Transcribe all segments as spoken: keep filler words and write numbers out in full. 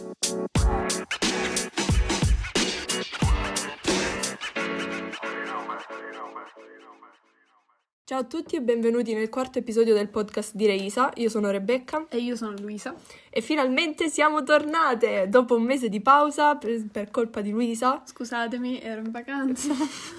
Ciao a tutti e benvenuti nel quarto episodio del podcast di Reisa. Io sono Rebecca e io sono Luisa e finalmente siamo tornate dopo un mese di pausa per, per colpa di Luisa. Scusatemi, ero in vacanza.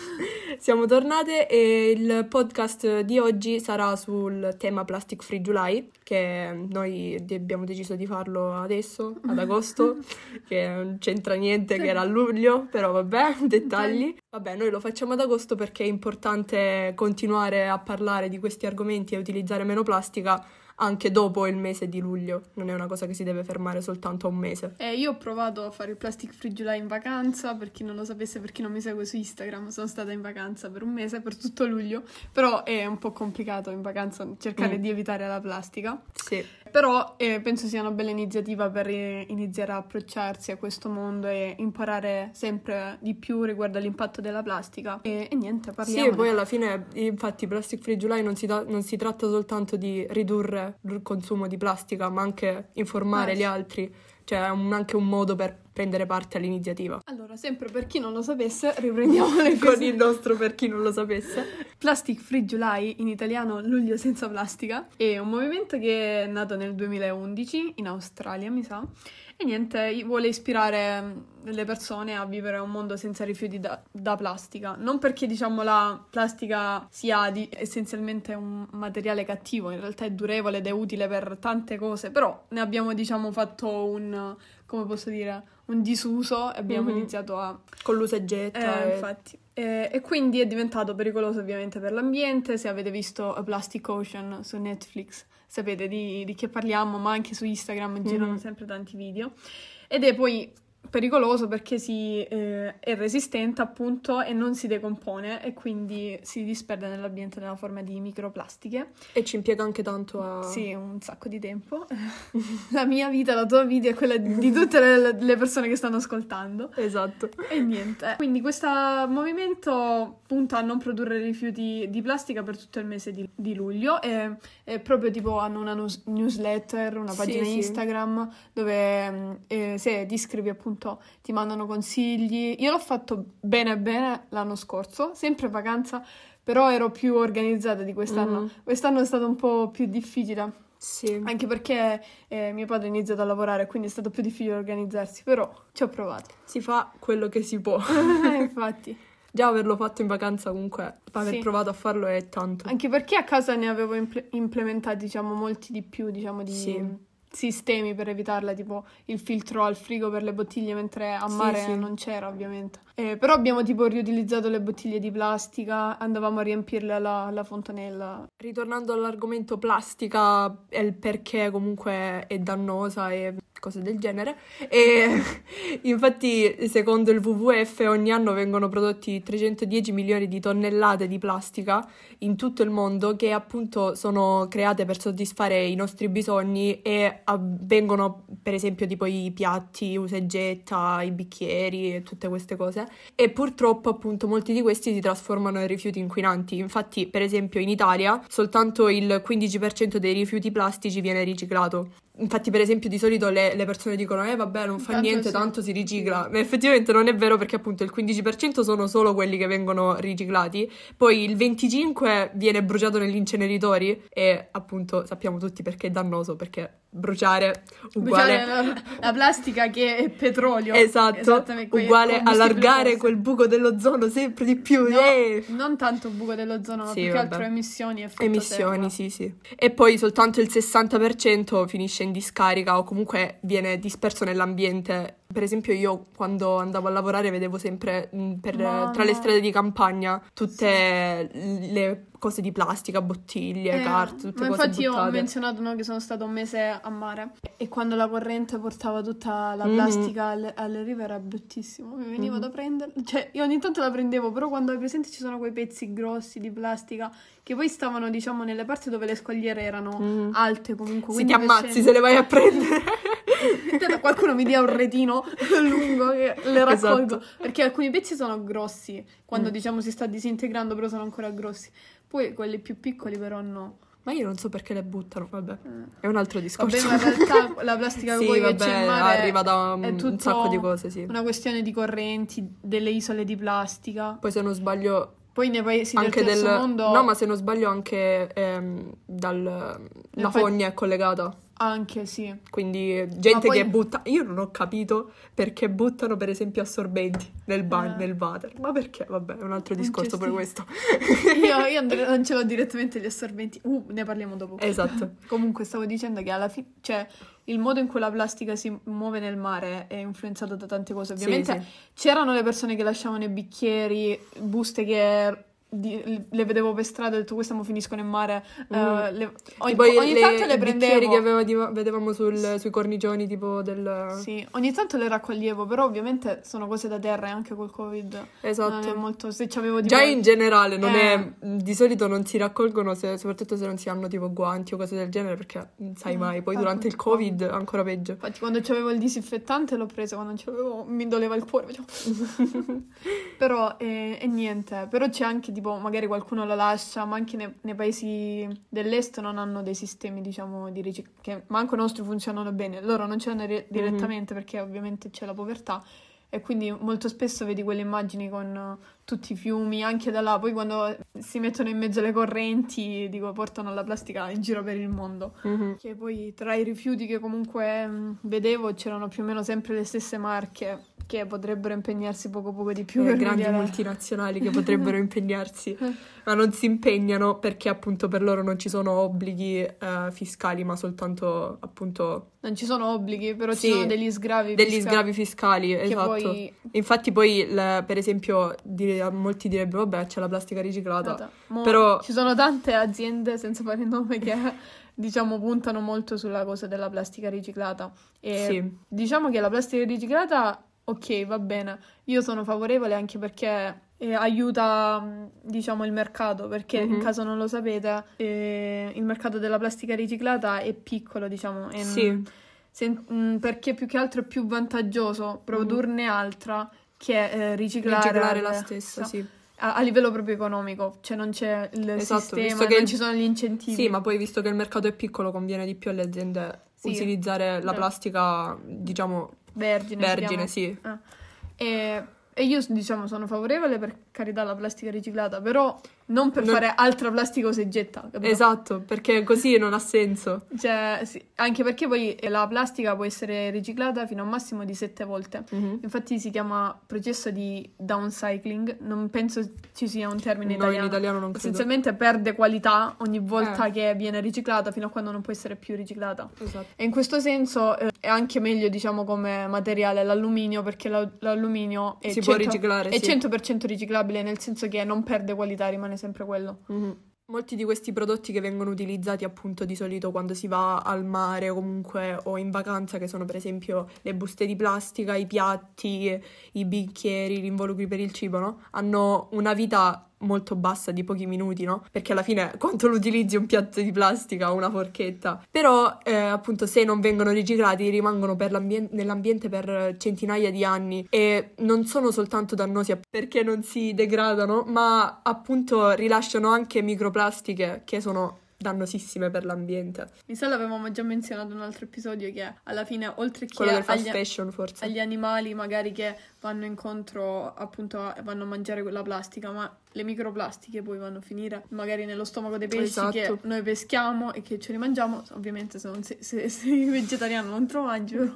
Siamo tornate e il podcast di oggi sarà sul tema Plastic Free July, che noi abbiamo deciso di farlo adesso, ad agosto, che non c'entra niente, che era a luglio, però vabbè, dettagli. Vabbè, noi lo facciamo ad agosto perché è importante continuare a parlare di questi argomenti e utilizzare meno plastica anche dopo il mese di luglio. Non è una cosa che si deve fermare soltanto a un mese. Eh, io ho provato a fare il Plastic Free July in vacanza, per chi non lo sapesse, per chi non mi segue su Instagram, sono stata in vacanza per un mese, per tutto luglio, però è un po' complicato in vacanza cercare mm. di evitare la plastica. Sì. Però eh, penso sia una bella iniziativa per eh, iniziare a approcciarsi a questo mondo e imparare sempre di più riguardo all'impatto della plastica. E, e niente, parliamo. Sì, e poi alla fine, infatti, Plastic Free July non si, da- non si tratta soltanto di ridurre il consumo di plastica, ma anche informare ah, gli sì. altri. Cioè è un, anche un modo per prendere parte all'iniziativa. Allora, sempre per chi non lo sapesse, riprendiamo le con il nostro per chi non lo sapesse. Plastic Free July, in italiano luglio senza plastica, è un movimento che è nato nel duemilaundici in Australia, mi sa, e niente, vuole ispirare le persone a vivere un mondo senza rifiuti da, da plastica. Non perché, diciamo, la plastica sia di, essenzialmente un materiale cattivo, in realtà è durevole ed è utile per tante cose, però ne abbiamo, diciamo, fatto un, come posso dire, un disuso e abbiamo mm-hmm. iniziato a... con l'usa e getta. Eh, e... infatti. E, e quindi è diventato pericoloso ovviamente per l'ambiente. Se avete visto A Plastic Ocean su Netflix sapete di, di che parliamo, ma anche su Instagram girano mm. sempre tanti video. Ed è poi pericoloso perché si, eh, è resistente appunto e non si decompone e quindi si disperde nell'ambiente nella forma di microplastiche. E ci impiega anche tanto a... Sì, un sacco di tempo. La mia vita, la tua vita e quella di, di tutte le, le persone che stanno ascoltando. Esatto. E niente. Quindi questo movimento punta a non produrre rifiuti di plastica per tutto il mese di, di luglio e, e proprio tipo hanno una news, newsletter, una pagina sì, Instagram sì. dove eh, se ti iscrivi appunto ti mandano consigli. Io l'ho fatto bene bene l'anno scorso, sempre vacanza, però ero più organizzata di quest'anno. Mm. Quest'anno è stato un po' più difficile. Sì. Anche perché eh, mio padre ha iniziato a lavorare, quindi è stato più difficile organizzarsi, però ci ho provato. Si fa quello che si può. Infatti. Già averlo fatto in vacanza comunque, aver sì. provato a farlo è tanto. Anche perché a casa ne avevo imple- implementati, diciamo, molti di più, diciamo, di... Sì. sistemi per evitarla, tipo il filtro al frigo per le bottiglie, mentre a mare sì, sì. non c'era ovviamente. Eh, però abbiamo tipo riutilizzato le bottiglie di plastica, andavamo a riempirle alla, alla fontanella. Ritornando all'argomento plastica e il perché comunque è dannosa e cose del genere, e infatti secondo il W W F ogni anno vengono prodotti trecentodieci milioni di tonnellate di plastica in tutto il mondo che appunto sono create per soddisfare i nostri bisogni e avvengono per esempio tipo i piatti, usa e getta, i bicchieri e tutte queste cose, e purtroppo appunto molti di questi si trasformano in rifiuti inquinanti. Infatti per esempio in Italia soltanto il quindici per cento dei rifiuti plastici viene riciclato. Infatti per esempio di solito le, le persone dicono eh vabbè non fa tanto niente, sì. tanto si ricicla, ma effettivamente non è vero perché appunto il quindici per cento sono solo quelli che vengono riciclati, poi il venticinque per cento viene bruciato negli inceneritori e appunto sappiamo tutti perché è dannoso, perché bruciare uguale bruciare la, la plastica che è petrolio, esatto, uguale allargare quel buco dell'ozono sempre di più. No, eh. non tanto buco dell'ozono, ma sì, più vabbè. che altro emissioni e emissioni, sì sì. E poi soltanto il sessanta per cento finisce in discarica o comunque viene disperso nell'ambiente. Per esempio io quando andavo a lavorare vedevo sempre mh, per, tra le strade di campagna tutte sì. le cose di plastica, bottiglie, eh, carte, tutte ma cose infatti buttate. io ho menzionato no, che sono stata un mese a mare e quando la corrente portava tutta la plastica mm-hmm. alle, alle rive era bruttissimo, mi veniva mm-hmm. da prendere, cioè io ogni tanto la prendevo, però quando hai presente ci sono quei pezzi grossi di plastica che poi stavano diciamo nelle parti dove le scogliere erano mm-hmm. alte comunque. Si ti ammazzi se le vai a prendere. Qualcuno mi dia un retino lungo che le raccolgo, esatto. perché alcuni pezzi sono grossi quando mm. diciamo si sta disintegrando, però sono ancora grossi, poi quelli più piccoli però no. Ma io non so perché le buttano, vabbè, Mm. è un altro discorso. Vabbè, ma in realtà la plastica Sì, poi che vabbè, c'è in mare arriva da un, è un tutto sacco di cose, sì. una questione di correnti, delle isole di plastica. Poi se non sbaglio Poi nei paesi del anche terzo del... mondo No, ma se non sbaglio anche ehm, dal... la pa- fogna è collegata. anche sì. Quindi gente poi- che butta... Io non ho capito perché buttano per esempio assorbenti nel, ba- Eh. nel water. Ma perché? Vabbè, è un altro Un discorso pure cestino. questo. Io, io andre- non ce l'ho direttamente gli assorbenti. Uh, ne parliamo dopo. Esatto. Comunque stavo dicendo che alla fine, cioè, il modo in cui la plastica si muove nel mare è influenzato da tante cose. Ovviamente Sì, c'erano le persone che lasciavano i bicchieri, buste che di- le vedevo per strada e ho detto queste mo finiscono in mare. Mm. eh, le- ogni, Tipo i- ogni le- tanto le i bicchieri prendevo. che aveva- di- vedevamo sul- sui cornicioni tipo del... Sì, ogni tanto le raccoglievo, però ovviamente sono cose da terra e anche col Covid non è Esatto. molto... Se c'avevo Già tipo... in generale non Eh. è, di solito non si raccolgono, se- soprattutto se non si hanno tipo guanti o cose del genere, perché non sai Mm, mai, poi ah, durante il Covid ancora peggio. Infatti quando c'avevo il disinfettante l'ho preso, quando non c'avevo mi doleva il cuore. facevo- Però eh, e niente, però c'è anche tipo magari qualcuno lo lascia, ma anche nei, nei paesi dell'est non hanno dei sistemi diciamo di riciclaggio, che manco i nostri funzionano bene, loro non ce l'hanno re- direttamente perché ovviamente c'è la povertà e quindi molto spesso vedi quelle immagini con eh, tutti i fiumi, anche da là, poi quando si mettono in mezzo alle correnti, dico, portano la plastica in giro per il mondo. Mhm. Che poi tra i rifiuti che comunque mh, vedevo c'erano più o meno sempre le stesse marche che potrebbero impegnarsi poco poco di più Eh, per grandi mediare- multinazionali che potrebbero impegnarsi, ma non si impegnano perché appunto per loro non ci sono obblighi eh, fiscali, ma soltanto appunto Non ci sono obblighi, però Sì, ci sono degli sgravi degli fiscali sgravi fiscali, che esatto. poi... Infatti poi, le- per esempio, dire- molti direbbero, vabbè, c'è la plastica riciclata. Mo Però- ci sono tante aziende, senza fare il nome, che diciamo puntano molto sulla cosa della plastica riciclata. E Sì. diciamo che la plastica riciclata, ok, va bene. Io sono favorevole anche perché eh, aiuta, mh, diciamo, il mercato, perché in Mhm. caso non lo sapete, eh, il mercato della plastica riciclata è piccolo, diciamo, e, Sì. mh, se- mh, perché più che altro è più vantaggioso produrne altra che eh, riciclare, Riciclare la la- stessa, sì. a, a livello proprio economico, cioè non c'è il Esatto, sistema, visto che- non ci sono gli incentivi. Sì, ma poi visto che il mercato è piccolo, conviene di più alle aziende Sì. utilizzare la Eh. plastica, diciamo, Vergine, si vergine, chiama. sì. Ah. E, e io, diciamo, sono favorevole per carità alla plastica riciclata, però non per Non- fare altra plastica o se getta, capito? Esatto, perché così non ha senso. Cioè, sì, anche perché poi la plastica può essere riciclata fino a un massimo di sette volte. Mhm. Infatti si chiama processo di downcycling, non penso ci sia un termine No, italiano. in italiano non credo. Essenzialmente perde qualità ogni volta Eh. che viene riciclata fino a quando non può essere più riciclata. Esatto. E in questo senso eh, è anche meglio, diciamo, come materiale l'alluminio, perché la- l'alluminio è, Si può cento riciclare, è sì. cento per cento riciclabile, nel senso che non perde qualità, rimane sempre quello. Mhm. Molti di questi prodotti che vengono utilizzati appunto di solito quando si va al mare o comunque o in vacanza, che sono per esempio le buste di plastica, i piatti, i bicchieri, gli involucri per il cibo, no? Hanno una vita molto bassa di pochi minuti, no? Perché alla fine quanto lo utilizzi un piatto di plastica o una forchetta? Però eh, appunto se non vengono riciclati rimangono per l'ambien- nell'ambiente per centinaia di anni e non sono soltanto dannosi perché non si degradano, ma appunto rilasciano anche microplastiche che sono dannosissime per l'ambiente. Mi sa l'avevamo già menzionato in un altro episodio che alla fine, oltre che Quello del fast agli, fashion forse. agli animali magari che vanno incontro, appunto, a- vanno a mangiare quella plastica, ma le microplastiche poi vanno a finire magari nello stomaco dei pesci Esatto. che noi peschiamo e che ce li mangiamo. Ovviamente se, non sei, se sei vegetariano non te lo mangi, però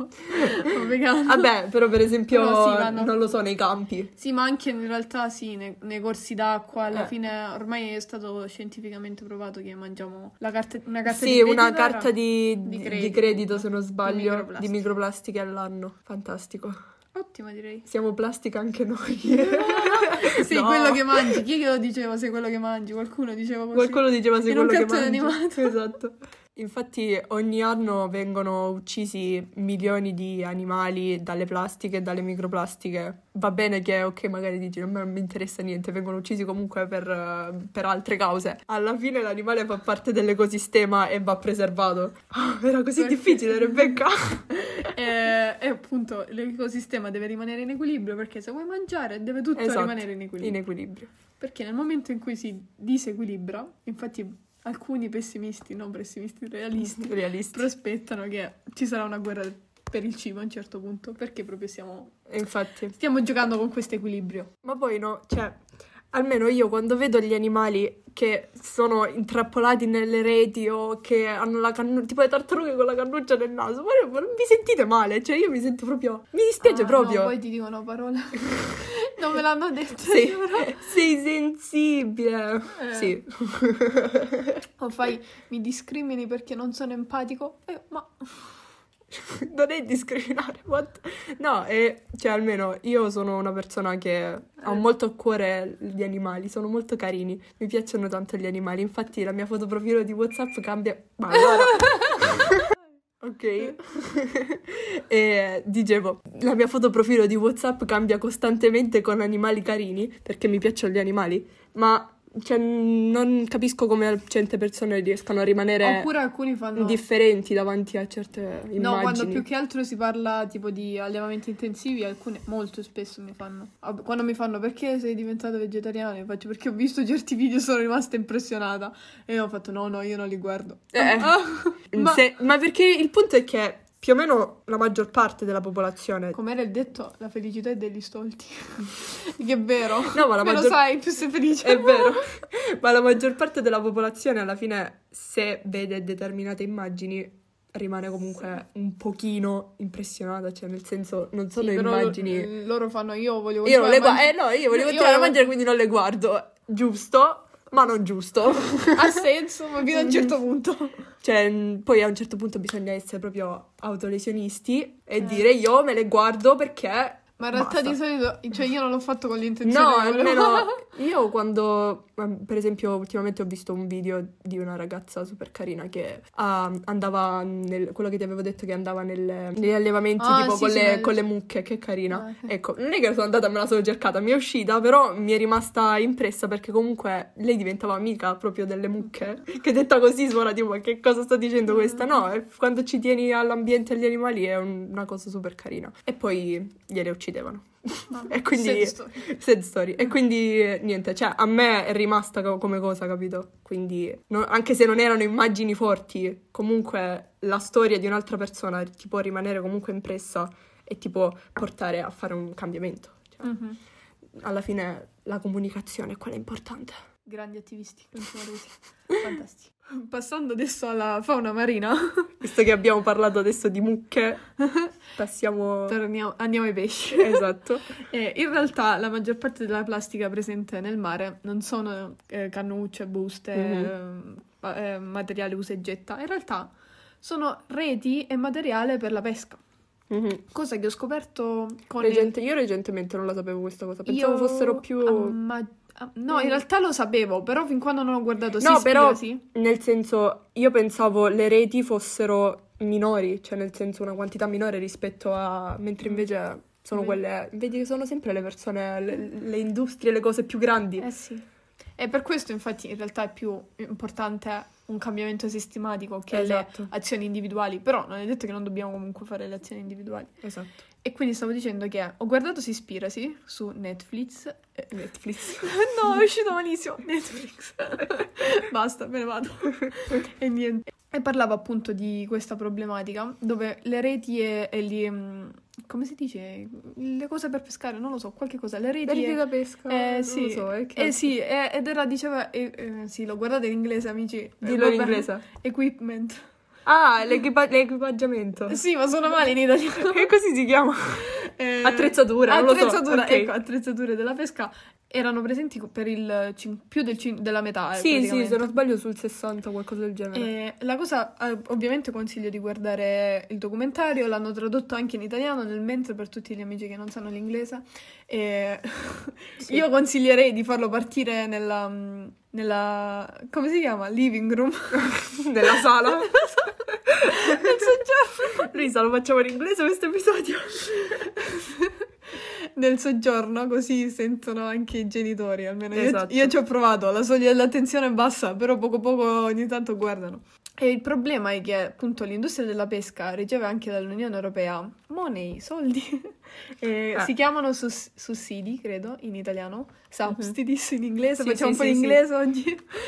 o vegano. Vabbè, però per esempio, Però sì, vanno- non lo so, nei campi. Sì, ma anche in realtà sì, nei, nei corsi d'acqua alla Eh. fine ormai è stato scientificamente provato che mangiamo la carta, una carta Sì, di una credito carta era- di, di di- credito, di credito, se non di sbaglio, di microplastiche. microplastiche all'anno. Fantastico. Ottima, direi. Siamo plastica anche noi. Sì, No. quello che mangi. Chi che lo diceva sei quello che mangi? Qualcuno diceva così. Qualcuno diceva sei In un quello che cartone mangi. animato. Esatto. Infatti ogni anno vengono uccisi milioni di animali dalle plastiche e dalle microplastiche. Va bene che, ok, magari dici, a me non mi interessa niente, vengono uccisi comunque per, eh, per altre cause. Alla fine l'animale fa parte dell'ecosistema e va preservato. Ah, era così Perché- difficile, Rebecca. E, e appunto l'ecosistema deve rimanere in equilibrio perché se vuoi mangiare deve tutto Esatto, rimanere in equilibrio. in equilibrio. Perché nel momento in cui si disequilibra, infatti alcuni pessimisti, non pessimisti, realisti, Realisti. prospettano che ci sarà una guerra per il cibo a un certo punto, perché proprio siamo, Infatti. stiamo giocando con questo equilibrio. Ma poi no, cioè, almeno io quando vedo gli animali che sono intrappolati nelle reti o che hanno la cannuccia, tipo le tartarughe con la cannuccia nel naso, ma non vi sentite male? Cioè io mi sento proprio, mi dispiace Ah, proprio. No, poi ti dicono parole. Non me l'hanno detto. Sei, però. sei sensibile. Eh. Sì. O fai, mi discrimini perché non sono empatico? Eh, ma... Non è discriminare, what? No, e cioè almeno io sono una persona che ha molto a cuore gli animali, sono molto carini, mi piacciono tanto gli animali, infatti la mia foto profilo di WhatsApp cambia... Ma allora... Ok. E dicevo, la mia foto profilo di WhatsApp cambia costantemente con animali carini, perché mi piacciono gli animali, ma... Cioè, non capisco come certe persone riescano a rimanere Oppure alcuni fanno... indifferenti davanti a certe immagini. No, quando più che altro si parla tipo di allevamenti intensivi, alcune molto spesso mi fanno. Quando mi fanno perché sei diventata vegetariana, io faccio perché ho visto certi video e sono rimasta impressionata. E ho fatto no, no, io non li guardo. Eh, Ah, ma... se- ma perché il punto è che più o meno la maggior parte della popolazione... Com'era il detto? La felicità è degli stolti. Che è vero. No, ma la Me maggior... lo sai, più sei felice. È vero, ma la maggior parte della popolazione alla fine, se vede determinate immagini, rimane comunque un pochino impressionata, cioè nel senso non sono Sì, però immagini... lo- loro fanno io volevo Io non le mangi- guardo, eh no, io volevo Io tirare a volevo- mangiare quindi non le guardo, giusto, ma non giusto. Ha senso, ma fino a un certo punto. Cioè, mh, poi a un certo punto bisogna essere proprio autolesionisti e Eh. dire io me le guardo perché... Ma in realtà basta. di solito, cioè io non l'ho fatto con l'intenzione. No, che volevo- almeno io quando, ehm, per esempio, ultimamente ho visto un video di una ragazza super carina che ah, andava nel, quello che ti avevo detto che andava nelle- negli allevamenti Ah, tipo sì, con, sì, le, ma- con le mucche, che carina. Ah, sì. Ecco, non è che sono andata e me la sono cercata, mi è uscita, però mi è rimasta impressa perché comunque lei diventava amica proprio delle mucche, che detta così suona tipo ma che cosa sta dicendo questa? No, è- quando ci tieni all'ambiente e agli animali è un- una cosa super carina. E poi gliele uccidevano. No, E quindi sad story. sad story. E quindi eh, niente, cioè a me è rimasta co- come cosa, capito? Quindi no- anche se non erano immagini forti, comunque la storia di un'altra persona ti può rimanere comunque impressa e ti può portare a fare un cambiamento. Cioè, Mhm. alla fine la comunicazione è quella importante. Grandi attivisti, continuate così. Fantastico. Passando adesso alla fauna marina, Visto che abbiamo parlato adesso di mucche, passiamo... torniamo, andiamo ai pesci. Esatto. Eh, in realtà la maggior parte della plastica presente nel mare non sono eh, cannucce, buste, Mhm. ehm, pa- eh, materiale usa e getta. In realtà sono reti e materiale per la pesca. Mhm. Cosa che ho scoperto con Recente- io recentemente non la sapevo questa cosa, il... pensavo Io fossero più... amma- ah, No, in realtà lo sapevo, però fin quando non ho guardato si No, ispira, però, sì. nel senso, io pensavo le reti fossero minori, cioè nel senso una quantità minore rispetto a... mentre invece sono Mm. quelle... Vedi che sono sempre le persone, le, le industrie, le cose più grandi. Eh sì. E per questo infatti in realtà è più importante un cambiamento sistematico che Esatto. le azioni individuali, però non è detto che non dobbiamo comunque fare le azioni individuali. Esatto. E quindi stavo dicendo che ho guardato Seaspiracy su Netflix. Eh, Netflix. no, è uscito malissimo. Netflix. Basta, me ne vado. E niente. E parlava appunto di questa problematica dove le reti e, e gli... mm, come si dice? Le cose per pescare, non lo so, qualche cosa. Le reti Reti e... da pesca, Eh non sì, lo so, è che... eh sì, eh, ed era, diceva, eh, eh, sì, l'ho guardato in inglese, amici. Eh, Dillo in vabbè. inglese. Equipment. Ah, l'equipa- l'equipaggiamento. Eh sì, ma suona male in italiano. Che così si chiama? Eh, Attrezzatura, non lo so. attrezzatura, Ok. ecco, attrezzature della pesca erano presenti per il cin- più del cin- della metà. eh, Sì, sì, praticamente. se non sbaglio sul sessanta, qualcosa del genere. E la cosa, eh, ovviamente consiglio di guardare il documentario, l'hanno tradotto anche in italiano nel mentre per tutti gli amici che non sanno l'inglese. E Sì. io consiglierei di farlo partire nella, mm, nella, come si chiama? Living room. Nella sala. Nel soggiorno. Luisa, lo facciamo in inglese questo episodio? Nel soggiorno, così sentono anche i genitori, almeno io, Esatto. io ci ho provato, la soglia dell'attenzione è bassa, però poco poco ogni tanto guardano. E il problema è che appunto l'industria della pesca riceve anche dall'Unione Europea money, soldi, e Ah. si chiamano sus- sussidi, credo, in italiano, subsidies in inglese, Sì, facciamo sì, un po' sì, di sì. inglese oggi.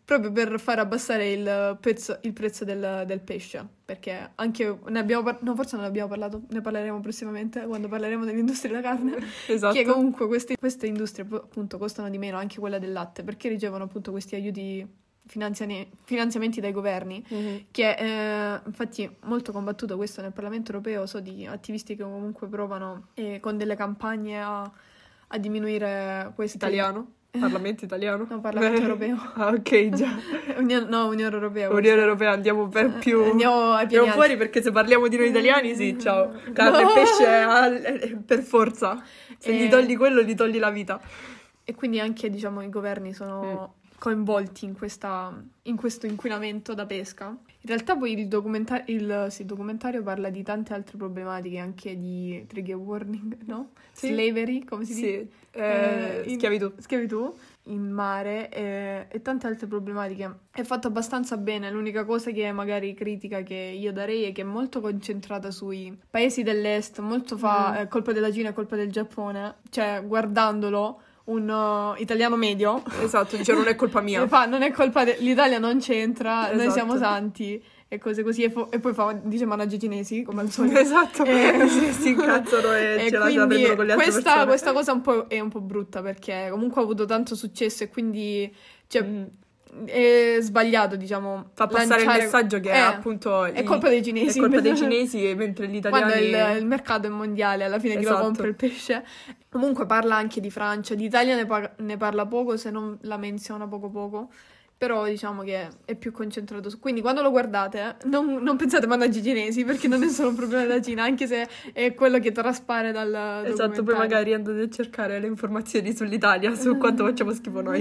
proprio per far abbassare il prezzo, il prezzo del, del pesce, perché anche ne abbiamo par- no, forse non ne abbiamo parlato, ne parleremo prossimamente quando parleremo dell'industria della carne, Esatto. che comunque queste, queste industrie appunto costano di meno, anche quella del latte, perché ricevono appunto questi aiuti, finanziani- finanziamenti dai governi, Mm-hmm. che eh, infatti molto combattuto questo nel Parlamento europeo, so di attivisti che comunque provano eh, con delle campagne a, a diminuire questi... Italiano? Parlamento italiano? No, Parlamento europeo. Ah, ok, già. Unione, no, Unione Europea. Unione questa. Europea, andiamo per più... Andiamo ai piani Andiamo alti. fuori, perché se parliamo di noi italiani, sì, ciao. Carne No. e pesce al- eh, per forza. Se Eh. gli togli quello, gli togli la vita. E quindi anche, diciamo, i governi sono coinvolti in, questa, in questo inquinamento da pesca. In realtà poi il, documenta- il, sì, il documentario parla di tante altre problematiche, anche di trigger warning, no? Sì. Slavery, come si dice? Sì, eh, in- schiavitù. Schiavitù in mare e, e tante altre problematiche. È fatto abbastanza bene, l'unica cosa che magari critica che io darei è che è molto concentrata sui paesi dell'est, molto fa Mm. eh, colpa della Cina e colpa del Giappone, cioè guardandolo un uh, italiano medio Esatto, dice non è colpa mia. e fa, non è colpa dell'Italia, non c'entra, noi Esatto. siamo santi e cose così e, fo- e poi fa, dice mannaggia i cinesi come al solito. Esatto, Eh, si, si incazzano e, e ce la, se la quindi prendono con le altre questa, persone. questa cosa un po' è un po' brutta, perché comunque ha avuto tanto successo e quindi cioè, Mm. è sbagliato, diciamo, Fa passare lanciare- il messaggio che Eh, appunto è i- colpa dei cinesi è colpa dei cinesi, mentre gli quando italiani il, il mercato è mondiale, alla fine chi lo Esatto. compra il pesce. Comunque parla anche di Francia, l'Italia ne, pa- ne parla poco, se non la menziona poco poco, però diciamo che è più concentrato su... Quindi quando lo guardate non, non pensate mannaggia i cinesi, perché non è solo un problema della Cina, anche se è quello che traspare dal Esatto, poi documentario. magari andate a cercare le informazioni sull'Italia, su quanto facciamo schifo noi.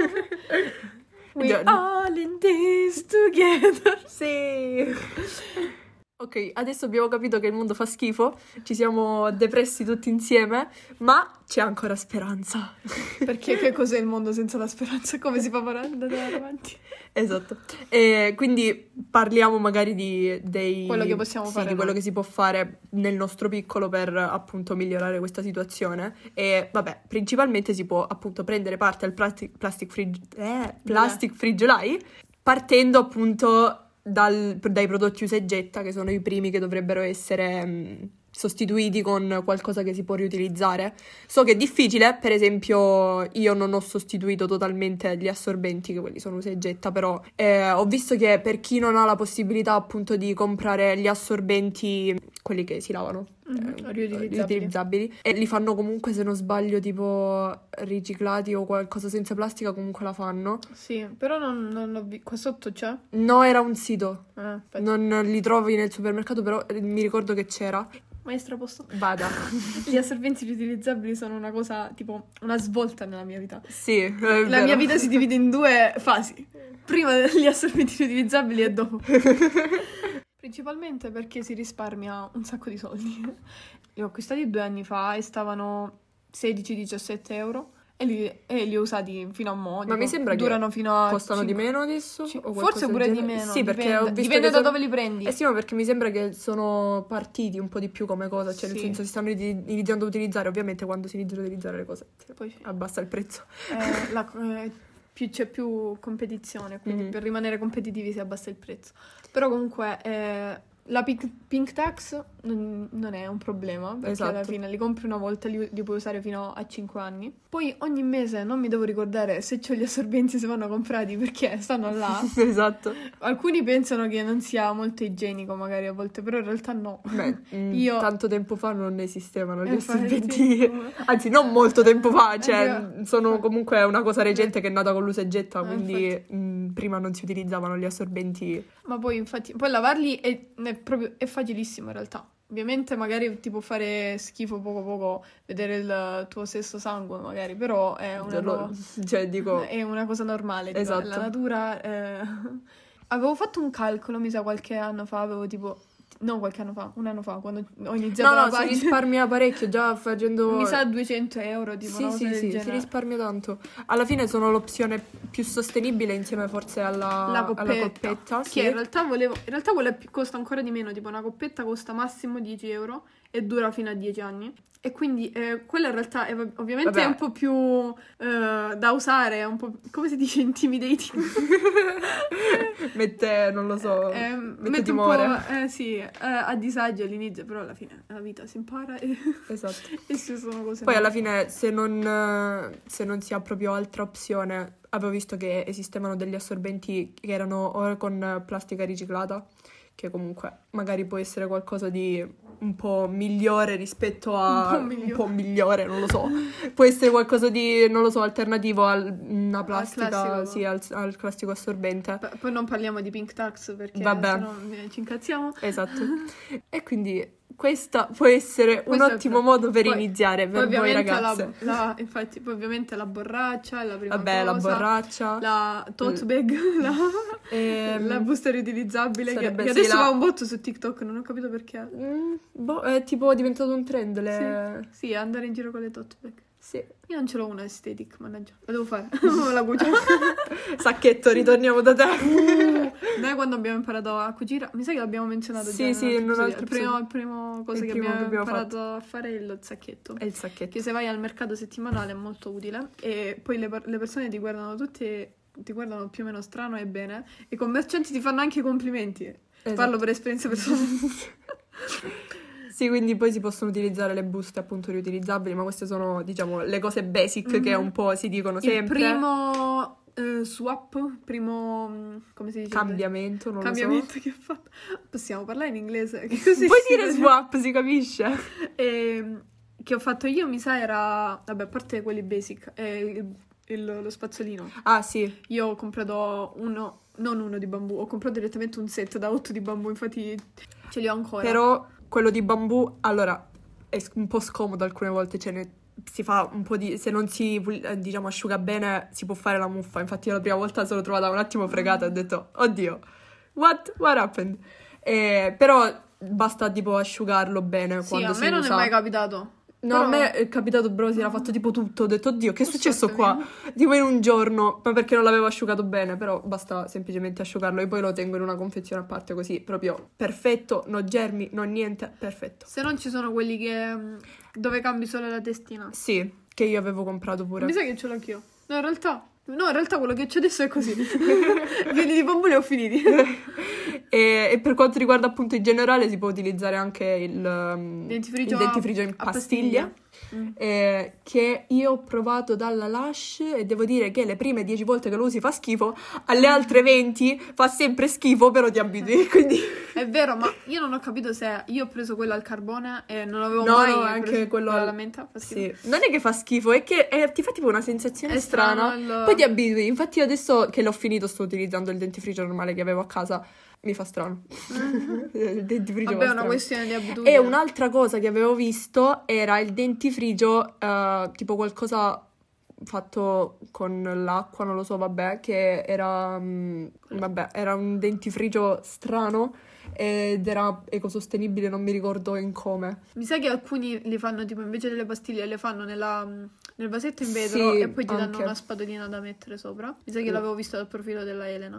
We Già. all in this together. Sì. Ok, adesso abbiamo capito che il mondo fa schifo, ci siamo depressi tutti insieme, ma c'è ancora speranza. Perché che cos'è il mondo senza la speranza? Come si fa per andare avanti? Esatto. E quindi parliamo magari di dei Quello che possiamo sì, fare di quello noi. che si può fare nel nostro piccolo per appunto migliorare questa situazione. E vabbè, principalmente si può appunto prendere parte al plastic, plastic free eh, plastic free July, partendo appunto dal- dai prodotti usa e getta, che sono i primi che dovrebbero essere mh, sostituiti con qualcosa che si può riutilizzare. So che è difficile, per esempio io non ho sostituito totalmente gli assorbenti, che quelli sono usa e getta, però eh, ho visto che per chi non ha la possibilità appunto di comprare gli assorbenti, quelli che si lavano, Mhm, eh, riutilizzabili. riutilizzabili, e li fanno comunque, se non sbaglio, tipo riciclati o qualcosa senza plastica, comunque la fanno. Sì, però non, non l'ho visto. Qua sotto c'è? No, era un sito. Eh, aspetta. Non li trovi nel supermercato, però eh, mi ricordo che c'era. Maestra, posso? Vada. Gli assorbenti riutilizzabili sono una cosa, tipo, una svolta nella mia vita. Sì, è La vero. mia vita si divide in due fasi. Prima gli assorbenti riutilizzabili e dopo. Principalmente perché si risparmia un sacco di soldi. Li ho acquistati due anni fa e stavano sedici diciassette euro e li, e li ho usati fino a mo'. Ma tipo, mi sembra che durano fino a Costano di cinque meno adesso? Ci- o qualcosa forse del pure di genere? meno, Sì, perché dipende. ho visto Dipende che da sono- dove li prendi. Eh sì, ma perché mi sembra che sono partiti un po' di più come cosa, cioè nel Sì. senso si stanno inizi- iniziando a utilizzare, ovviamente quando si iniziano a utilizzare le cose Poi sì. abbassa il prezzo. Eh, la- eh, più, c'è più competizione, quindi Mhm. per rimanere competitivi si abbassa il prezzo. Però comunque eh, la pink, pink tax non, non è un problema, perché Esatto. alla fine li compri una volta e li, li puoi usare fino a cinque anni. Poi ogni mese non mi devo ricordare se ho gli assorbenti, se vanno comprati, perché stanno là. Esatto. Alcuni pensano che non sia molto igienico magari a volte, però in realtà no. Beh, mm, Io- tanto tempo fa non esistevano gli Infatti. assorbenti. Anzi, non molto tempo fa, cioè Eh, sono comunque una cosa recente che è nata con l'usa e getta, Eh, quindi mm, prima non si utilizzavano gli assorbenti. Ma poi infatti, poi lavarli è, è proprio, è facilissimo in realtà. Ovviamente magari ti può fare schifo poco poco vedere il tuo stesso sangue magari, però è una, Lo- no- cioè dico, è una cosa normale. Tipo, Esatto. la natura... eh, Avevo fatto un calcolo, mi sa, qualche anno fa, avevo tipo... No, qualche anno fa, un anno fa, quando ho iniziato no, la no, si pagina. risparmia parecchio già facendo. Mi sa duecento euro, tipo, Sì, una cosa sì, del sì, si genere. risparmia tanto. Alla fine sono l'opzione più sostenibile insieme forse alla, La coppetta, alla coppetta, che sì. in realtà volevo in realtà quella più- costa ancora di meno, tipo una coppetta costa massimo dieci euro e dura fino a dieci anni. E quindi eh, quella in realtà è ovviamente Vabbè. è un po' più eh, da usare, è un po', come si dice, intimidating. Mette, non lo so, eh, mette mette un timore. po', eh, sì, eh, a disagio all'inizio, però alla fine la vita si impara e, Esatto. e ci sono cose Poi alla nuove. fine, se non, eh, se non si ha proprio altra opzione, avevo visto che esistevano degli assorbenti che erano o con plastica riciclata, che comunque magari può essere qualcosa di un po' migliore rispetto a... Un po' migliore. un po' migliore, non lo so. Può essere qualcosa di, non lo so, alternativo a una plastica, classico. sì, al, al classico assorbente. P- poi non parliamo di Pink Tax perché Vabbè. sennò eh, ci incazziamo. Esatto. E quindi questa può essere un Questo è ottimo pro- modo per poi- iniziare Poi per voi ovviamente ragazze. la, la- infatti, poi ovviamente la borraccia è la prima Vabbè, la cosa. borraccia. La tote bag, la, Ehm, la busta riutilizzabile che, sarebbe- che sì, adesso la- va un botto su TikTok, non ho capito perché. Mm, boh, è tipo diventato un trend. Le... Sì, andare in giro con le tote bag. Sì. Io non ce l'ho una aesthetic, mannaggia. La devo fare. Me la cucio. Sacchetto, ritorniamo da te. Noi quando abbiamo imparato a cucire, mi sa che l'abbiamo menzionato Sì, già sì, in in un un altro altro episodio. Il episodio. primo, il primo cosa Il che primo abbiamo, che abbiamo imparato a fare è il sacchetto. È il sacchetto. Che se vai al mercato settimanale è molto utile e poi le, le persone ti guardano tutte, ti guardano più o meno strano e bene e i commercianti ti fanno anche i complimenti. Esatto. Parlo per esperienza personale. Sì, quindi poi si possono utilizzare le buste appunto riutilizzabili, ma queste sono, diciamo, le cose basic Mhm. che un po' si dicono Il sempre. primo eh, swap, primo, mm, come si dice? Cambiamento, non Cambiamento che ho fatto. Possiamo parlare in inglese? Che così Puoi si dire vede. swap, si capisce. E, che ho fatto io, mi sa, era... Vabbè, a parte quelli basic, eh, il, il- lo spazzolino. Ah, sì. Io ho comprato uno, non uno di bambù, ho comprato direttamente un set da otto di bambù, infatti ce li ho ancora. Però quello di bambù, allora, è s- un po' scomodo alcune volte, cioè ne- si fa un po' di... se non si, pul- eh, diciamo, asciuga bene, si può fare la muffa. Infatti io la prima volta sono trovata un attimo fregata e ho detto, oddio, what? What happened? Eh, però basta tipo asciugarlo bene Sì, quando a si me non usa. è mai capitato. No, Però- a me è capitato, bro, si era fatto tipo tutto. Ho detto, oddio, che è successo qua? Porca Tipo in un giorno, ma perché non l'avevo asciugato bene, però basta semplicemente asciugarlo e poi lo tengo in una confezione a parte così, proprio perfetto, no germi, no niente, perfetto. Se non ci sono quelli che... mm, dove cambi solo la testina. Sì, che io avevo comprato pure. Mi sa che ce l'ho anch'io. No, in realtà... No, in realtà quello che c'è adesso è così. Quelli di bambù li ho finiti. E, e per quanto riguarda appunto in generale si può utilizzare anche il, um, Dentifricio il dentifricio in a pastiglie. pastiglia. Mm. eh, che io ho provato dalla Lush e devo dire che le prime dieci volte che lo usi fa schifo, alle altre venti fa sempre schifo, però ti abitui, quindi... È vero, ma io non ho capito se io ho preso quello al carbone e non avevo No, mai no, anche preso quello alla al- menta. Fa schifo. Sì, non è che fa schifo, è che eh, ti fa tipo una sensazione È strana, strano il- poi ti abitui. Infatti io adesso che l'ho finito sto utilizzando il dentifricio normale che avevo a casa, mi fa strano. Il dentifricio Vabbè, fa è una strano. questione di abitudine. E un'altra cosa che avevo visto era il dentifricio, eh, tipo qualcosa fatto con l'acqua, non lo so, vabbè, che era, mm, vabbè, era un dentifricio strano ed era ecosostenibile, non mi ricordo in come. Mi sa che alcuni li fanno tipo invece delle pastiglie, le fanno nella, nel vasetto in vetro Sì, e poi ti danno anche. una spadolina da mettere sopra. Mi sa che Sì. l'avevo visto dal profilo della Elena.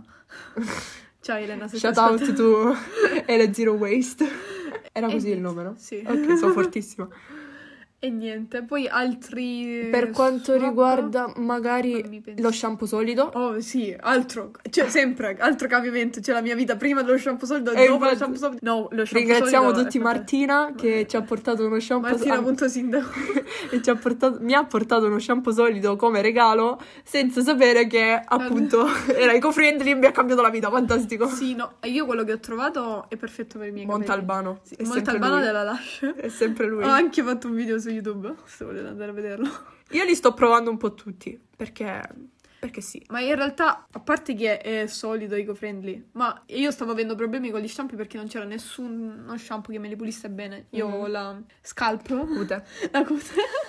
Ciao Elena, se Shout stai out ascoltando. to Ele Zero Waste. Era E così il niente, nome, no? Sì. Ok, sono fortissima. E niente, poi altri... Per quanto swap? riguarda Fammi magari pensare. lo shampoo solido, Oh sì, altro, cioè sempre, altro cambiamento, c'è la mia vita prima dello shampoo solido e E dopo lo infatti- shampoo solido. No, lo shampoo ringraziamo solido è tutti fantastico. Martina che ci ha portato uno shampoo solido. Martina.sindaco. e ci ha portato, mi ha portato uno shampoo solido come regalo senza sapere che appunto era eco-friendly e mi ha cambiato la vita, fantastico. Sì, no, io quello che ho trovato è perfetto per i miei capelli. Montalbano, Sì, è sempre Montalbano lui. della Lush. È sempre lui. Ho anche fatto un video su YouTube, se volete andare a vederlo. Io li sto provando un po' tutti, perché, perché sì. Ma in realtà, a parte che è solido, eco-friendly, ma io stavo avendo problemi con gli shampoo perché non c'era nessuno shampoo che me li pulisse bene. Io Mm. ho la scalp, Cute. la cute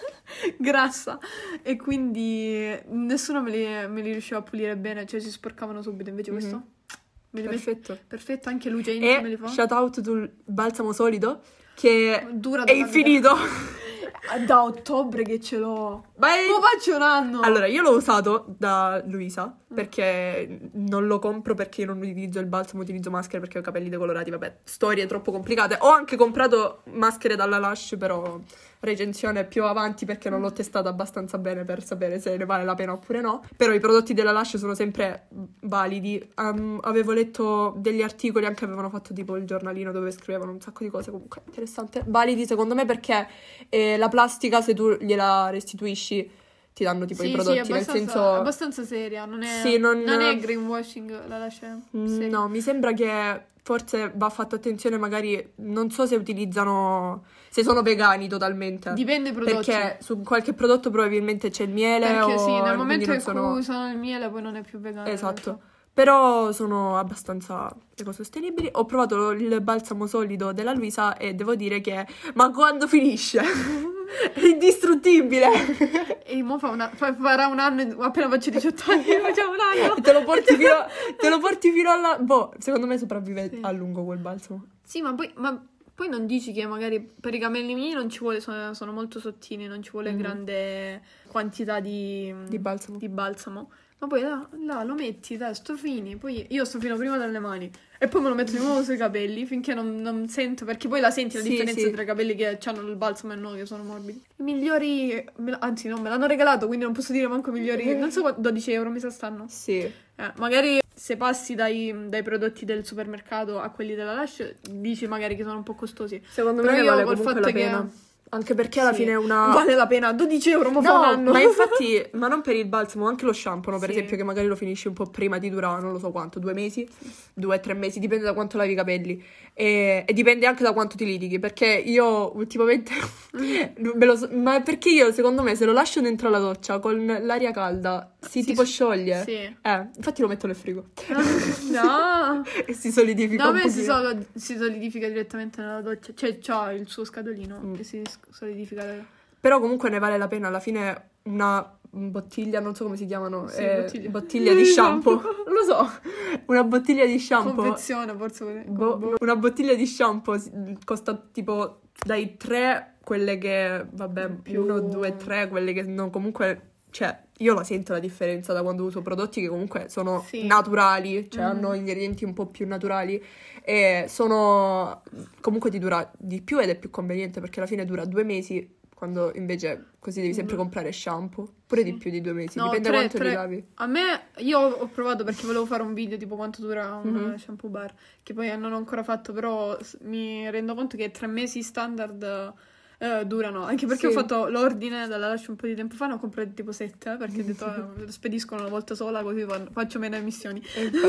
grassa, e quindi nessuno me li, me li riusciva a pulire bene, cioè si sporcavano subito, invece Mhm. questo me li mette Perfetto. perfetto, anche Luce me li E fa. shout out sul balsamo solido che Dura è dalla vita. infinito. Da ottobre che ce l'ho. Vai! Mo faccio un anno! Allora, io l'ho usato da Luisa, perché non lo compro perché io non utilizzo il balsamo, utilizzo maschere perché ho i capelli decolorati, vabbè, storie troppo complicate. Ho anche comprato maschere dalla Lush, però recensione più avanti perché non l'ho testata abbastanza bene per sapere se ne vale la pena oppure no. Però i prodotti della Lush sono sempre validi. Um, avevo letto degli articoli, anche avevano fatto tipo il giornalino dove scrivevano un sacco di cose, comunque interessante. Validi secondo me perché eh, la plastica, se tu gliela restituisci, ti danno tipo sì, i prodotti, sì, nel senso... abbastanza seria, non è, sì, non... non è greenwashing la lascia. Mm, no, mi sembra che forse va fatto attenzione, magari, non so se utilizzano, se sono vegani totalmente. Dipende dai prodotti. Perché su qualche prodotto probabilmente c'è il miele. Perché o... sì, nel momento in sono... cui usano il miele poi non è più vegano. Esatto. Però sono abbastanza ecosostenibili. Ho provato il balsamo solido della Luisa e devo dire che... Ma quando finisce? È indistruttibile. E mo fa una, fa, farà un anno, appena faccio diciotto anni, facciamo un anno. te lo porti fino, te lo porti fino alla... Boh, secondo me sopravvive sì. a lungo quel balsamo. Sì, ma poi, ma poi non dici che magari per i capelli miei non ci vuole, sono, sono molto sottili, non ci vuole mm-hmm. grande quantità di, di balsamo. Di balsamo. Ma poi là, là lo metti, dai, sto fini, poi io sto fino prima dalle mani e poi me lo metto di nuovo sui capelli finché non, non sento, perché poi la senti la sì, differenza sì. tra i capelli che hanno il balsamo e noi che sono morbidi. I migliori, anzi no, me l'hanno regalato, quindi non posso dire manco migliori, non so quanto, dodici euro mi sa stanno. Sì. Eh, magari se passi dai, dai prodotti del supermercato a quelli della Lush, dici magari che sono un po' costosi. Secondo però me io vale col comunque fatto la pena. Che... Anche perché alla sì, fine una... vale la pena, dodici euro, ma no, fa un anno. ma infatti, ma non per il balsamo, anche lo shampoo, no? Per sì. esempio, che magari lo finisci un po' prima, ti dura non lo so quanto, due mesi, sì. due, tre mesi, dipende da quanto lavi i capelli. E, e dipende anche da quanto ti litighi, perché io ultimamente... me lo so, ma perché io, secondo me, se lo lascio dentro la doccia con l'aria calda, si, si tipo scioglie. Sì. Eh, infatti lo metto nel frigo. No! E si solidifica no, un a me si, pochino. solo, si solidifica direttamente nella doccia. Cioè, c'ha il suo scatolino mm. che si solidifica. Però comunque ne vale la pena, alla fine una bottiglia, non so come si chiamano, sì, eh, bottiglia. bottiglia di shampoo, non lo so, una bottiglia di shampoo. Confezione, forse. Bo- una bottiglia di shampoo costa tipo dai tre, quelle che, vabbè, più uno, due, tre, quelle che non comunque, cioè, io la sento la differenza da quando uso prodotti che comunque sono sì. naturali, cioè mm. hanno ingredienti un po' più naturali e sono, comunque ti dura di più ed è più conveniente perché alla fine dura due mesi. Quando invece così devi sempre comprare shampoo, pure sì. di più di due mesi, no, dipende tre, quanto tre. li lavi. A me, io ho provato perché volevo fare un video tipo quanto dura un mm-hmm. shampoo bar, che poi non ho ancora fatto, però mi rendo conto che tre mesi standard eh, durano, anche perché sì. ho fatto l'ordine dalla Lush un po' di tempo fa, ne ho comprato tipo sette, eh, perché ho detto eh, lo spediscono una volta sola così faccio meno emissioni.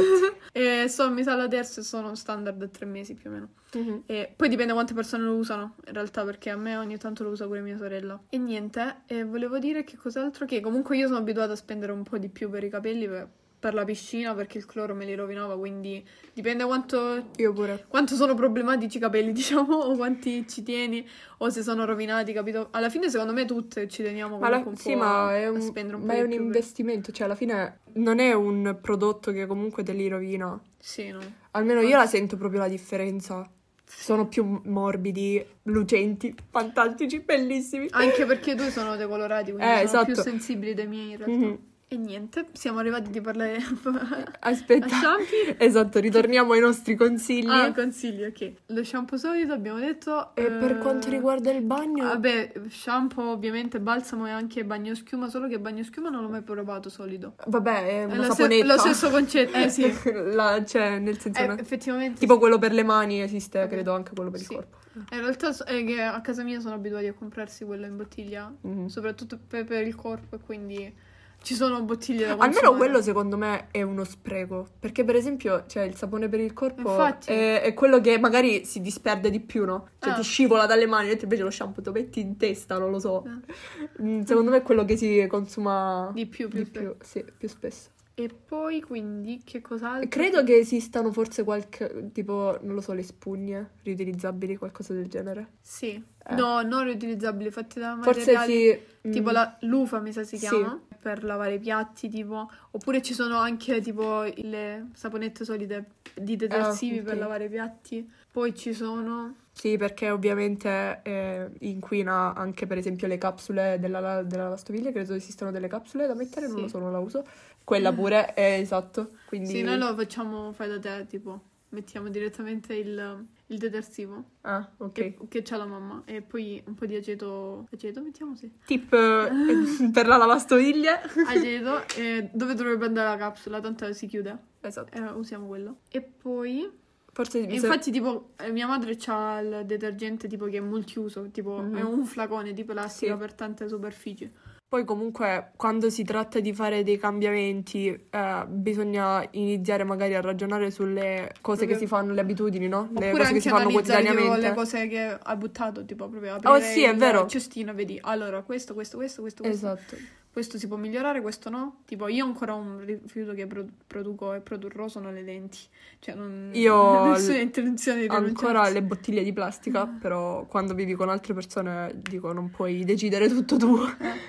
E, e so, mi sa la terza e sono standard tre mesi più o meno. Mm-hmm. E poi dipende quante persone lo usano in realtà, perché a me ogni tanto lo usa pure mia sorella. E niente, e volevo dire che cos'altro, che comunque io sono abituata a spendere un po' di più per i capelli per, per la piscina, perché il cloro me li rovinava, quindi dipende quanto io pure quanto sono problematici i capelli, diciamo, o quanti ci tieni o se sono rovinati, capito? Alla fine secondo me tutte ci teniamo comunque la, un sì, po' ma a, è un, a spendere un ma po' è di un più investimento, per... cioè alla fine non è un prodotto che comunque te li rovina. Sì, no. Almeno io la sento proprio la differenza. Sono più morbidi, lucenti, fantastici, bellissimi. Anche perché i tuoi sono decolorati, quindi eh, sono esatto. più sensibili dei miei in realtà. Mm-hmm. E niente, siamo arrivati di parlare aspetta a shampoo. Esatto, ritorniamo ai nostri consigli. Ah, consigli, ok. Lo shampoo solido abbiamo detto. E eh, per quanto riguarda il bagno? Vabbè, shampoo ovviamente, balsamo e anche bagnoschiuma, solo che bagnoschiuma non l'ho mai provato solido. Vabbè, è una è saponetta. Se- lo stesso concetto, eh sì. La, cioè, nel senso... Eh, una... effettivamente tipo sì. quello per le mani esiste, okay. Credo anche quello per sì. il corpo. In realtà è che a casa mia sono abituati a comprarsi quello in bottiglia, mm-hmm. soprattutto per, per il corpo, e quindi... Ci sono bottiglie da consumare. Almeno quello secondo me è uno spreco. Perché per esempio, cioè, il sapone per il corpo è, è quello che magari si disperde di più, no? Cioè ah. ti scivola dalle mani, mentre invece lo shampoo te lo metti in testa, non lo so. Ah. Secondo me è quello che si consuma di più, più, di più, sì, più spesso. E poi quindi che cos'altro? Credo che esistano forse qualche, tipo, non lo so, le spugne riutilizzabili, qualcosa del genere. Sì. Eh. No, non riutilizzabili, fatti da forse materiali sì. tipo la lufa, mi sa si chiama, sì. per lavare i piatti, tipo. Oppure ci sono anche tipo le saponette solide di detersivi ah, okay. per lavare i piatti. Poi ci sono... Sì, perché ovviamente eh, inquina anche per esempio le capsule della, della lavastoviglie, credo esistano delle capsule da mettere, non Sì. lo so, non la uso. Quella pure è esatto, quindi... Sì, noi lo facciamo fai da te, tipo, mettiamo direttamente il, il detersivo Ah, ok. che, che c'ha la mamma e poi un po' di aceto, aceto mettiamo sì. Tip eh, per la lavastoviglie. Aceto, e dove dovrebbe andare la capsula, tanto si chiude, Esatto. eh, usiamo quello. E poi... Forse mi E sa- infatti, tipo, eh, mia madre c'ha il detergente tipo che è multiuso, tipo Mhm. è un flacone di plastica Sì. per tante superfici. Poi comunque quando si tratta di fare dei cambiamenti eh, bisogna iniziare magari a ragionare sulle cose Proprio- che si fanno, le abitudini, no? Le Oppure cose che anche si fanno analizzare tipo, quotidianamente. le cose che hai buttato, tipo proprio aprire Oh sì, è il vero. cestino e vedi, allora questo, questo, questo, questo, questo, Esatto. questo si può migliorare, questo no. Tipo io ancora un rifiuto che pro- produco e produrrò sono le lenti. Cioè non Io non ho nessuna intenzione di rinunciarci. Ancora le bottiglie di plastica, però quando vivi con altre persone dico non puoi decidere tutto tu.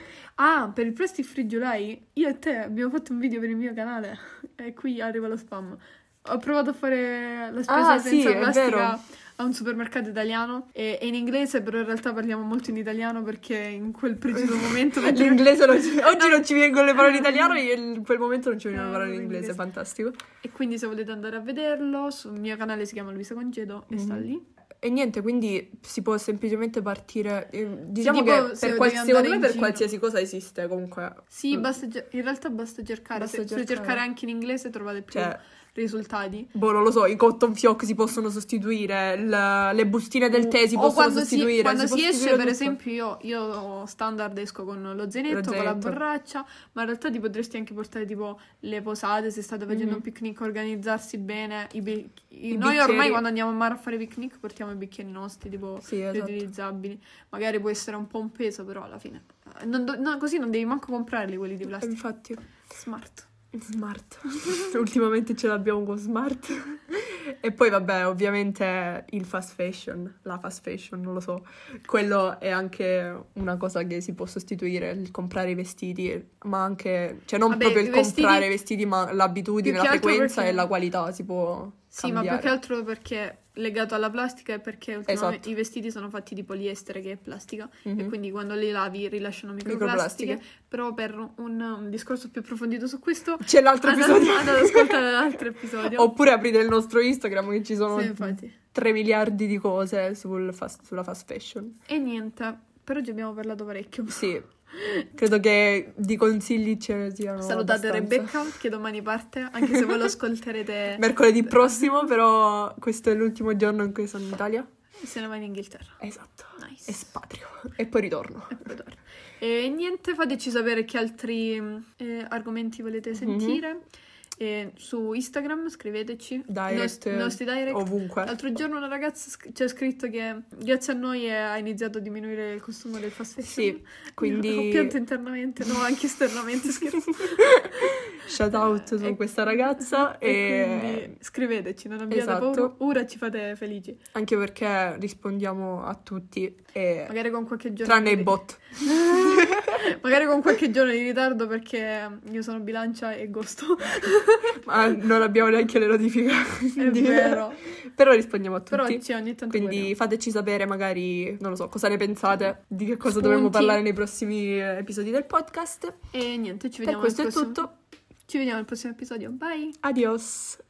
Ah, per il Plastic Free July, io e te abbiamo fatto un video per il mio canale e qui arriva lo spam. Ho provato a fare la spesa Ah, sì, senza è plastica vero. a un supermercato italiano e è in inglese, però in realtà parliamo molto in italiano perché in quel preciso momento... L'inglese non ci... Oggi non ci vengono le parole in italiano e in quel momento non ci vengono le Eh, parole in inglese. inglese, fantastico. E quindi se volete andare a vederlo, sul mio canale si chiama Luisa Congedo e sta Mhm. lì. E niente, quindi si può semplicemente partire. eh, Diciamo tipo, che se per devi qual- andare secondo me in per giro. qualsiasi cosa esiste comunque. Sì, Mm. basta ge- in realtà basta cercare. Basta se, se cercare. cercare anche in inglese trovate più Cioè, risultati. boh, non lo so, i cotton fioc si possono sostituire, il- le bustine del tè si o possono quando sostituire. si, quando si, si, può esce, sostituire per tutto. esempio, io, io standard esco con lo zainetto, Lo con la zainetto. borraccia, ma in realtà ti potresti anche portare tipo le posate, se state facendo Mhm. un picnic, organizzarsi bene. I bi- i- I noi bicchieri. ormai quando andiamo a mare a fare picnic portiamo i bicchieri nostri, tipo Sì, esatto. riutilizzabili. Magari può essere un po' un peso, però alla fine. eh, non do- no, così non devi manco comprarli quelli di plastica. Infatti. Smart. Smart. Ultimamente ce l'abbiamo con Smart. E poi vabbè, ovviamente il fast fashion, la fast fashion, non lo so. Quello è anche una cosa che si può sostituire, il comprare i vestiti, ma anche, cioè non Vabbè, proprio il i vestiti- comprare i vestiti, ma l'abitudine, Più che la altro frequenza perché- e la qualità si può Sì, ma cambiare. più che altro perché legato alla plastica è perché ultimamente Esatto. i vestiti sono fatti di poliestere che è plastica Mhm. e quindi quando li lavi rilasciano microplastiche, Microplastiche. però per un, un discorso più approfondito su questo C'è l'altro andate, episodio. andate ad ascoltare l'altro episodio. Oppure aprite il nostro Instagram che ci sono Sì, infatti. tre miliardi di cose sul fast- sulla fast fashion. E niente, per oggi abbiamo parlato parecchio. Sì, credo che di consigli ce ne siano Salutate abbastanza. Rebecca che domani parte, anche se voi lo ascolterete Mercoledì prossimo, però questo è l'ultimo giorno in cui sono in Italia. e se ne va in Inghilterra. Esatto. Nice. Espatrio. E poi ritorno. E poi torna. E niente, fateci sapere che altri eh, argomenti volete sentire. E su Instagram scriveteci. Direct, I nostri direct. ovunque. L'altro giorno una ragazza sc- ci ha scritto che grazie a noi è- ha iniziato a diminuire il consumo del fast fashion. Sì, quindi- Ho pianto internamente, no, anche esternamente, scherzo. Shout out su E- questa ragazza E e, quindi scriveteci, non abbiate Esatto. paura, ora ci fate felici. anche perché rispondiamo a tutti e Magari con qualche giorno tranne i di- bot. Magari con qualche giorno di ritardo perché io sono bilancia e gosto. Ma non abbiamo neanche le notifiche. È quindi- vero. Però rispondiamo a Però tutti. sì, ogni tanto Quindi guardiamo. fateci sapere magari, non lo so, cosa ne pensate, di che cosa Spunti. dovremmo parlare nei prossimi eh, episodi del podcast. E niente, ci Per vediamo questo al è prossimo... tutto. Ci vediamo al prossimo episodio. Bye! Adios.